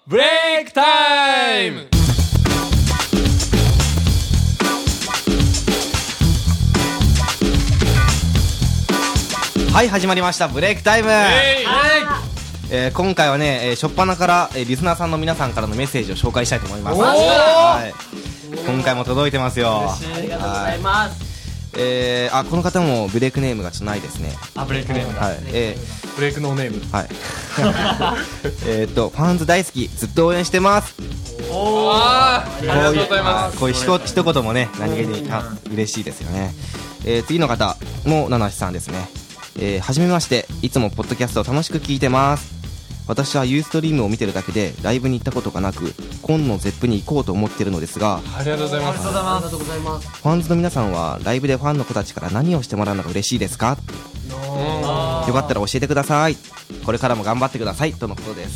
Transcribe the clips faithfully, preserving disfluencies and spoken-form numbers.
ブレイクタイム。 はい、始まりましたブレイクタイム。えー、今回はね、えー、初っ端から、えー、リスナーさんの皆さんからのメッセージを紹介したいと思います。はい、今回も届いてますよ。 ありがとうございます。 えー、あ、この方もブレイクネームがちょっとないですね。 あ、ブレイクネームだ、 はい、えー、 ブレイクノーネーム。はいえっとファンズ大好き、ずっと応援してます。 おー、ありがとうございます。 こういう一一言もね、何気にあ嬉しいですよね。えー、次の方も七瀬さんですね。えー、はじめまして、いつもポッドキャストを楽しく聞いてます。私はユーストリームを見てるだけでライブに行ったことがなく、今のゼップに行こうと思ってるのですが、 ありがとうございます。 ありがとうございます。 ファンズの皆さんはライブでファンの子たちから何をしてもらうのが嬉しいですか？よかったら教えてください。これからも頑張ってくださいとのことです。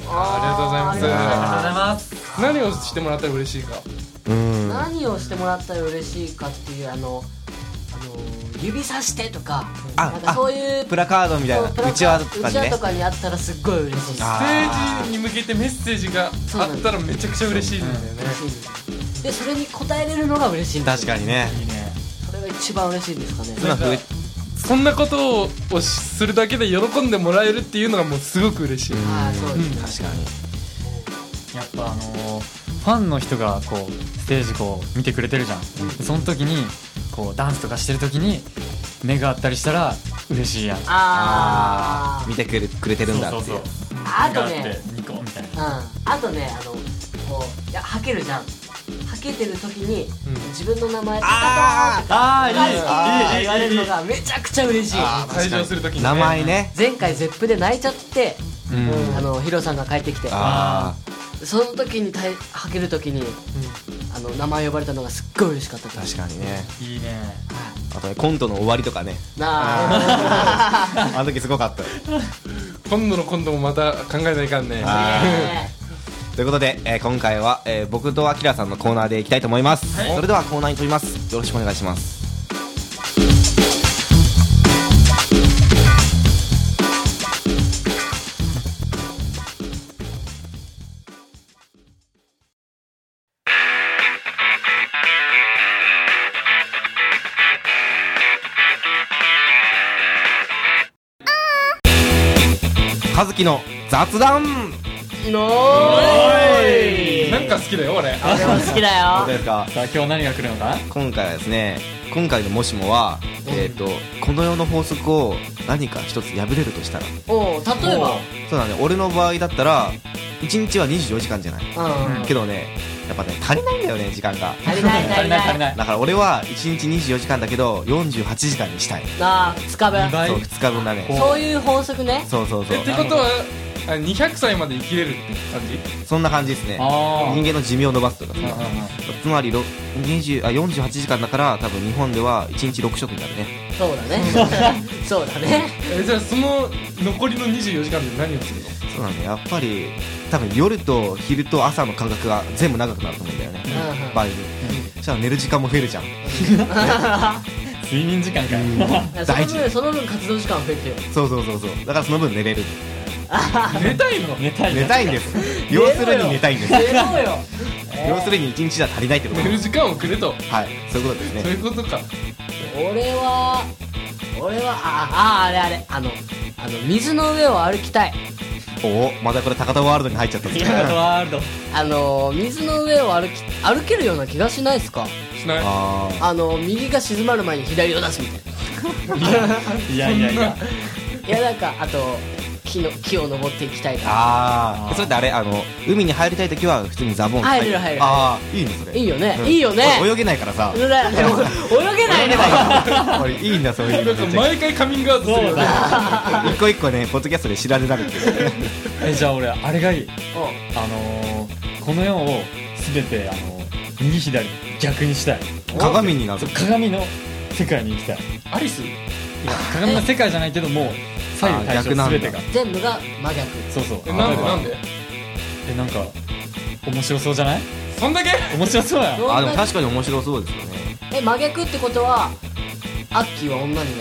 ありがとうございます。 ありがとうございます。 何をしてもらったら嬉しいか。 うーん、 何をしてもらったら嬉しいかっていう、あのあの指さしてとか、 あなんかそういうプラカードみたいな、うちわとかにねうちわと。かにあったらすっごい嬉しいです。 ステージに向けてメッセージがあったらめちゃくちゃ嬉しいんだよね。 嬉しいです。でそれに応えれるのが嬉しいんですよ。 確かにね。 それが一番嬉しいですかね。 そんなふうそんなことをするだけで喜んでもらえるっていうのがもうすごく嬉しい。 ああ、そうですね。 確かに。 やっぱあのー、ファンの人がこうステージこう見てくれてるじゃん、うん、その時にこうダンスとかしてる時に目があったりしたら嬉しいやん。 ああー、見てくれ、くれてるんだっていう。 そうそうそう、 あとね、 目があってニコみたいな。 うん、あとね、あのこういやはけるじゃん。はけてる時に、うん、自分の名前あーあーいいいいいい言われるのがめちゃくちゃ嬉しい。 退場する時に、ね、 名前ね。 前回ゼップで泣いちゃって、うん、あのヒロさんが帰ってきて、あその時にたいはける時に、うん、あの名前呼ばれたのがすっごい嬉しかったです。 確かにね。 いいね。 あとね、コントの終わりとかね。 なああの時すごかった。 今度の今度もまた考えないかんね。 ということで、えー、今回は、えー、僕とアキラさんのコーナーでいきたいと思います、はい、それではコーナーに飛びます。よろしくお願いします。和樹の雑談のーい。なんか好きだよ俺。 俺も好きだよ。 どうですか。 さあ今日何が来るのか。 今回はですね、今回のもしもは、うん、えっ、ー、とこの世の法則を何か一つ破れるとしたら。 おう、例えば。 そうだね、俺の場合だったらいちにちはにじゅうよじかんじゃない、うん、けどね、やっぱね足りないんだよね、時間が。 足りない足りない足りない。 だから俺はいちにちにじゅうよじかんだけどよんじゅうはちじかんにしたい。 ああ、ふつかぶん。 そう、ふつかぶんだね。 そういう法則ね。 そうそうそう。 ってことはにひゃくさいまで生きれるって感じ。 そんな感じですね。人間の寿命を伸ばすとかさ、つまりにじゅうあよんじゅうはちじかんだから多分日本ではいちにちろくしょくになるね。 そうだねそうだね。 え、じゃあその残りのにじゅうよじかんで何をするの。 そうなんだ、やっぱり多分夜と昼と朝の間隔が全部長くなると思うんだよね、うん、倍に。そしたら寝る時間も増えるじゃん睡眠時間かい大事。その分活動時間増えてよ。 そうそうそうそう、だからその分寝れる。 寝たいの。 寝たい寝たいんです。要するに寝たいんです。 寝ろよ要するにいちにちじゃ足りないってこと。 寝る時間をくれと。 はい、そういうことですね。 そういうことか。 俺は俺はあああれあれあのあの水の上を歩きたい。 おお、またこれ高田ワールドに入っちゃった。 高田ワールド。 あの水の上を歩き歩けるような気がしないですか。 しない。 ああの右が静まる前に左を出すみたいな。 いやいやいやいや、なんかあと木の木を登っていきたいから。 ああ、それってあれ、あの海に入りたいときは普通にザボン入れる入れる。 ああ、いいねそれ。 いいよね、 うん、 いいよね。 泳げないからさ。 泳げないね。 俺いいんだ、そういうなんか毎回カミングアウトするよね。 一個一個ね、ポッドキャストで知られられてる。 え、じゃあ俺あれがいい。あのー、この世を全てあの右左逆にしたい。 鏡になる。 鏡の世界に行きたい。 アリス。 いや、鏡の世界じゃないけどもう左右対称全てが全部が真逆。 そうそう。 え、なんでなんで。 え、なんか面白そうじゃない。 そんだけ面白そうや。 あ、でも確かに面白そうですよね。 え、真逆ってことはアッキーは女になるの。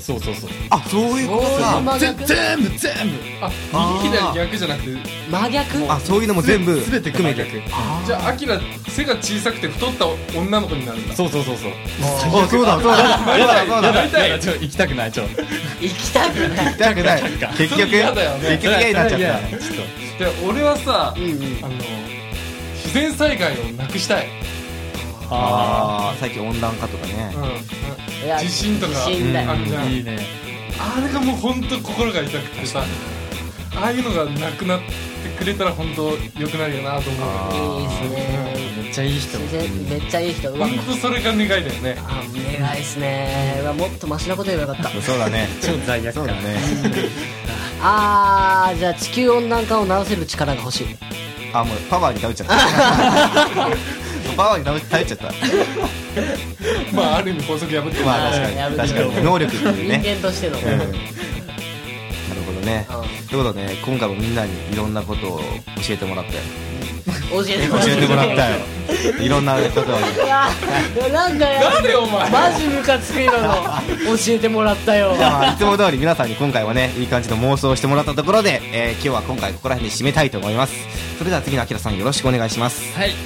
そうそうそうあ、そういうことそういうか。 真逆全部全部あ右左逆じゃなくて真逆あ、そういうのも全部全てが真逆じゃあアキラ背が小さくて太った女の子になるんだ。 そうそうそうそうあ、そうだそうだ。やだそうだ。 なりたいやだちょ行きたくないちょ行きたくない痛くない。結局嫌だよね結局嫌になっちゃった。 ちょっで俺はさ、 うんうんあの自然災害をなくしたい。 とあああ、最近温暖化とかね。 うんいや地震とか地震だよあるじゃん。 あいいねあれがもう本当心が痛くてさ、ああいうのがなくなってくれたら本当良くなるよなと思う。 いいっすねめっちゃいい人自然めっちゃいい人うわ本当それが願いだよね。 あ願いっすねうわもっとマシなこと言えばよかったそうだね。 超罪悪感そうだね。 あーじゃあ地球温暖化を直せる力が欲しいあ、もうパワーに倒れちゃった。パワーに倒れ倒れちゃった。 まあある意味法則破ってる。 まあ確かにやめて確かに能力っていう人ね。 間としての、 うんなるほどね。 うんということでね、今回もみんなにいろんなことを教えてもらったよ。 教えてもら教えてもらったよ。いろんなことをね。 いやなんかやなんでお前マジムカつく今の教えてもらったよじゃあ、まあいつも通り皆さんに今回はね、いい感じの妄想をしてもらったところで、えー今日は今回ここら辺で締めたいと思います。それでは次のあきらさんよろしくお願いします。 はい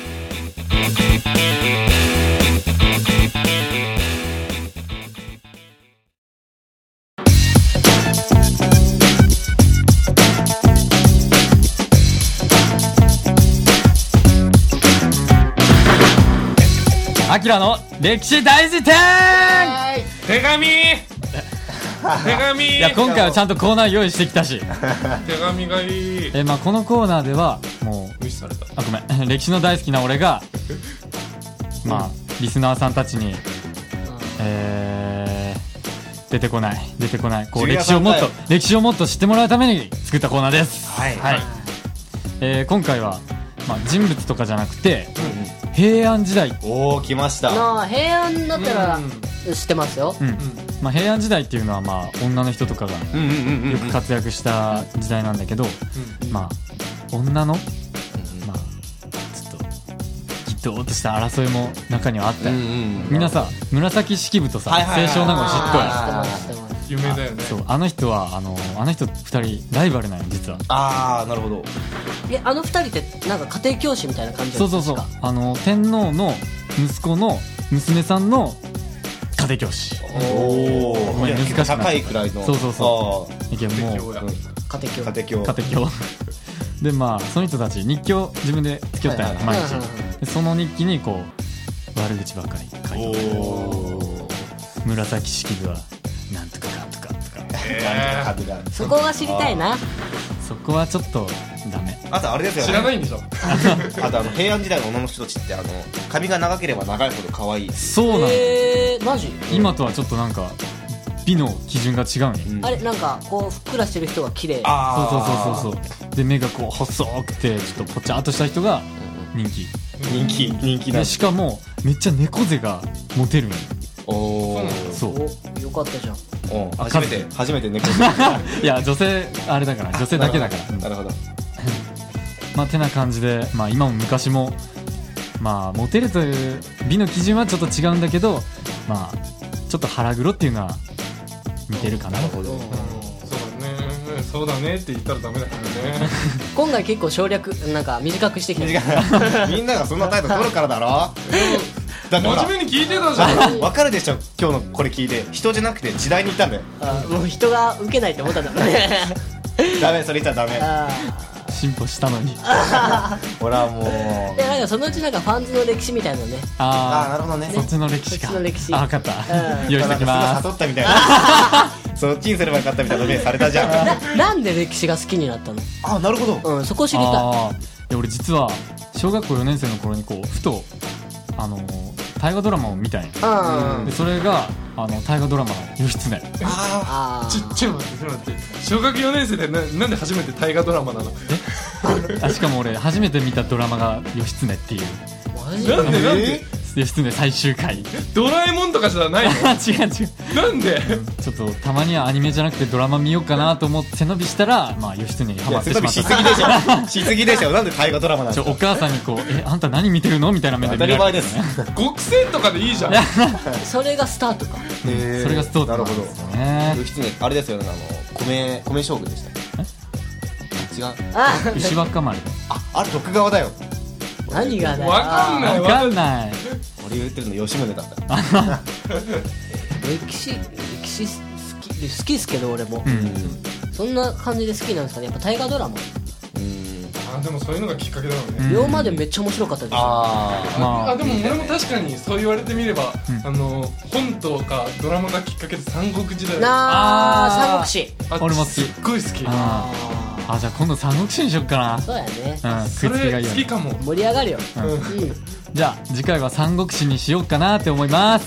アキラの歴史大辞典手紙手紙いや今回はちゃんとコーナー用意してきたし手紙がいい。 え、まあ、このコーナーではもう無視された。 あごめん歴史の大好きな俺がまあリスナーさんたちにえー、出てこない出てこないこうジュニア歴史をもっとさんだ歴史をもっと知ってもらうために作ったコーナーですはいはいえー今回は、まあ、人物とかじゃなくて平安時代、 おお、来ました。 なあ平安だったらうん知ってますようんまあ、平安時代っていうのは、まあ、女の人とかがうんうんうんうん。 よく活躍した時代なんだけど、まあ女の、まあ、ちょっとギッとーっとした争いも中にはあったよ、 うんうんみんなさ紫式部とさはいはいはい清少納言知っとるあー知ってます知ってます有名だよね。 そうあの人はあのあの人ふたりライバルなんよ実はあー、なるほど。 えあの二人ってなんか家庭教師みたいな感じそうそうそうあの天皇の息子の娘さんの家庭教師おお。 ごめん難しくなっちゃった高いくらいの。 そうそうそあいけもう今日やーうん家庭教家庭教。 家庭教でまあその人たち日記を自分でつけよったんや、 はい毎はいはい日でその日記にこう悪口ばっかり書いてお紫式部はなんとかかんとかとかえー。がそこが知りたいなそこはちょっとダメあとあれですよー、 ね。 知らないんでしょ。 あとあの平安時代の女の人たちってあの髪が長ければ長いほど可愛い。 そうなの、 えー、マジ今とはちょっとなんか美の基準が違うね、 うんあれなんかこうふっくらしてる人が綺麗そうあそうそうそうそうで目がこう細くてちょっとぽちゃっとした人が人気人気人気だでしかもめっちゃ猫背がモテるんよおおそうおよかったじゃん初めて初めて猫背いや女性あれだから女性だけだからなるほどまあてな感じで、まあ、今も昔もまあモテるという美の基準はちょっと違うんだけどまあちょっと腹黒っていうのは似てるかな。 なるほどそうだねそうだねって言ったらダメだからね。 今回結構省略なんか短くしてきたみんながそんな態度取るからだろだってほら真面目に聞いてたじゃん。 わかるでしょ今日のこれ聞いて人じゃなくて時代に行ったんだよあもう人が受けないって思ったんだろうねダメそれ言ったらダメあ進歩したのにほらもうーでなんかそのうちなんかファンズの歴史みたいなのねあああなるほどねあそっちの歴史かそっちの歴史あ分かったうん用意してきます誘ったみたいなそっちにすればよかったみたいな目されたじゃんななんで歴史が好きになったのあなるほどうんそこ知りたいあーいや俺実は小学校よねん生の頃にこうふとあのー大河ドラマを見たんやうんでそれがあの大河ドラマの義経ああちちょっと待ってちょっと待って小学よねん生でななんで初めて大河ドラマなの？ あしかも俺初めて見たドラマが義経っていうーマジなんでなんで？ い義経最終回ドラえもんとかじゃないの？ 違う違うなんで？ ちょっとたまにはアニメじゃなくてドラマ見ようかなと思って背伸びしたら、まあ、義経にハマってしまった。 しすぎでしょしすぎでしょなんで大河ドラマなんですか？ ちょお母さんにこうえあんた何見てるのみたいな目で見られて、ね、 当たり前です極戦とかでいいじゃん。 それがスタートか。 それがストーリーなんですよね。 義経あれですよね、あの米米将軍でしたっけ？違う。 あ石若丸ああれ徳川だよ。 何がだよ。 わかんないわかんない。 俺言ってるの吉宗だった。 歴史歴史好き好きですけど俺も、 うん、 そんな感じで好きなんですかね。やっぱ大河ドラマ、 あでもそういうのがきっかけだろうね。 うん龍馬でめっちゃ面白かったですよ。 ああ、 まああでも俺も確かにそう言われてみれば、 うんあの本とかドラマがきっかけで三国時代なあーあ三国志。 あ俺も好きすっごい好き。 あーあじゃあ今度三国志にしよっかな。 そうやね。 うん、 そ食いつきがいいよね。 れ好きかも。 盛り上がるよ。 うんうんじゃあ次回は三国志にしようかなって思います。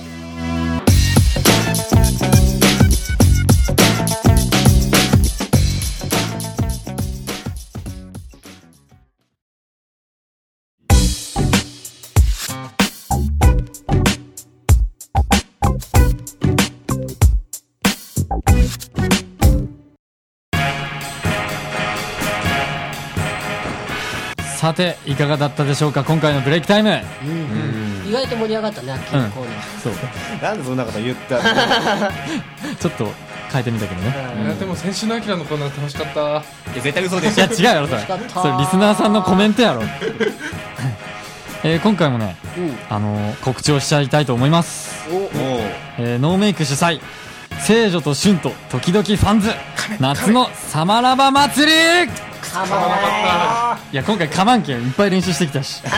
さていかがだったでしょうか今回のブレイクタイム。 うん意外と盛り上がったね、秋のコーナー。 そうなんでそんなこと言ったの？ ちょっと変えてみたけどね。 いやでも先週のアキラのコーナー楽しかった。 いや絶対嘘でしいょ。 や違うやろそれ楽しかったそれリスナーさんのコメントやろえー今回もね、 うんあのー告知をしちゃいたいと思います。 おもうえーノーメイク主催聖女と春と時々ファンズ夏のサマラバ祭り。 かまらいや今回カマンケンいっぱい練習してきたし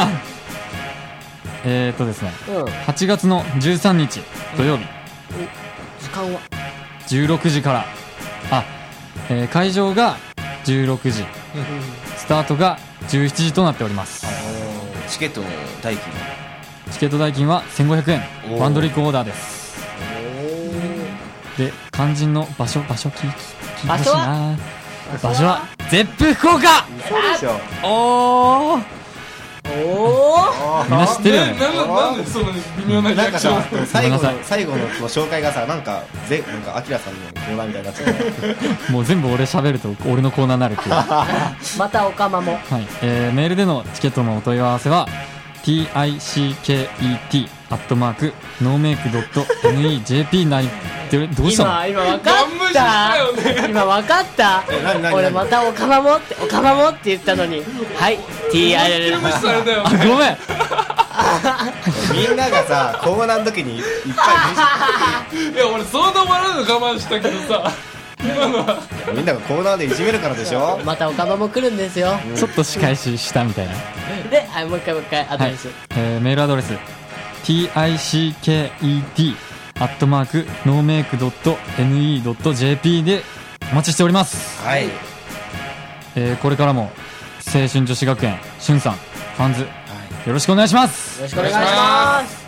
えーっとですねないうんはちがつのじゅうさんにち土曜日時間はじゅうろくじからあ、えー会場がじゅうろくじスタートがじゅうしちじとなっております。 チケットの代金チケット代金はせんごひゃくえんおーワンドリンクオーダーです。で肝心の場所場所聞い聞いてほしいな。場所はゼップ福岡。 そうでしょ。 おーおおみんな知ってるよね。 ななななんでそんなに微妙なリなんかアクション。 さ最後のごめんなさ最後のその紹介がさなんかぜなんかアキラさんのコーナーみたいになっちゃう。 もう全部俺喋ると俺のコーナーになるっていうはまたおかまもい、えー、メールでのチケットのお問い合わせは ティーアイシーケーイーティー アットマークノーメイクドット エヌイージェーピー なりってどうしたの。 今今分かガン無視っしたよね。 今分かったえ何何俺またおかまもっておかまもって言ったのにはい ティーアイ無視されたよあね。 ごめんみんながさコーナーの時にいっぱいや俺相当笑うの我慢したけどさ、今のは。 いみんながコーナーでいじめるからでしょ。 またおかまも来るんですよちょっと仕返ししたみたいな。 で、はい、もう一回もう一回アドはいレス、、 えー、メールアドレス ティーアイシーケーイーティー アットマークノーメイクドット エヌイードットジェーピー でお待ちしております。 はい。 えー、これからも青春女子学園しゅんさんファンズよろしくお願いします。 よろしくお願いします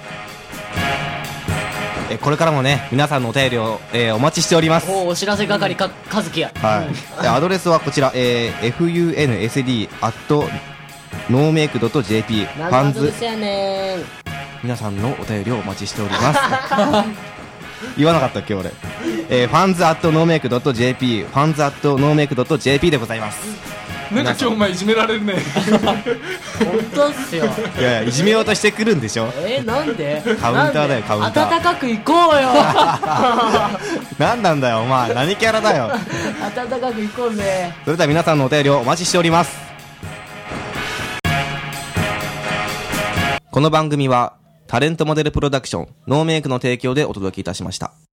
えこれからもね皆さんのお便りを、えーお待ちしております。 おお知らせ係か和樹やはい。でアドレスはこちら、えー、フユーエヌエスディー アットノーメイクドットジェーピー フ何ァンズのアドレスやねん皆さんのお便りをお待ちしております言わなかったっけ俺、えー、ファンズアットノーメイクドットジェーピー ファンズアットノーメイクドットジェーピー でございます。 なんか今日お前いじめられるね。 本当っすよいやいやいじめようとしてくるんでしょ。 えー、なんでカウンターだよカウンター温かく行こうよなんなんだよお前何キャラだよ。 温かく行こうぜそれでは皆さんのお便りをお待ちしております。この番組はタレントモデルプロダクションノーメイクの提供でお届けいたしました。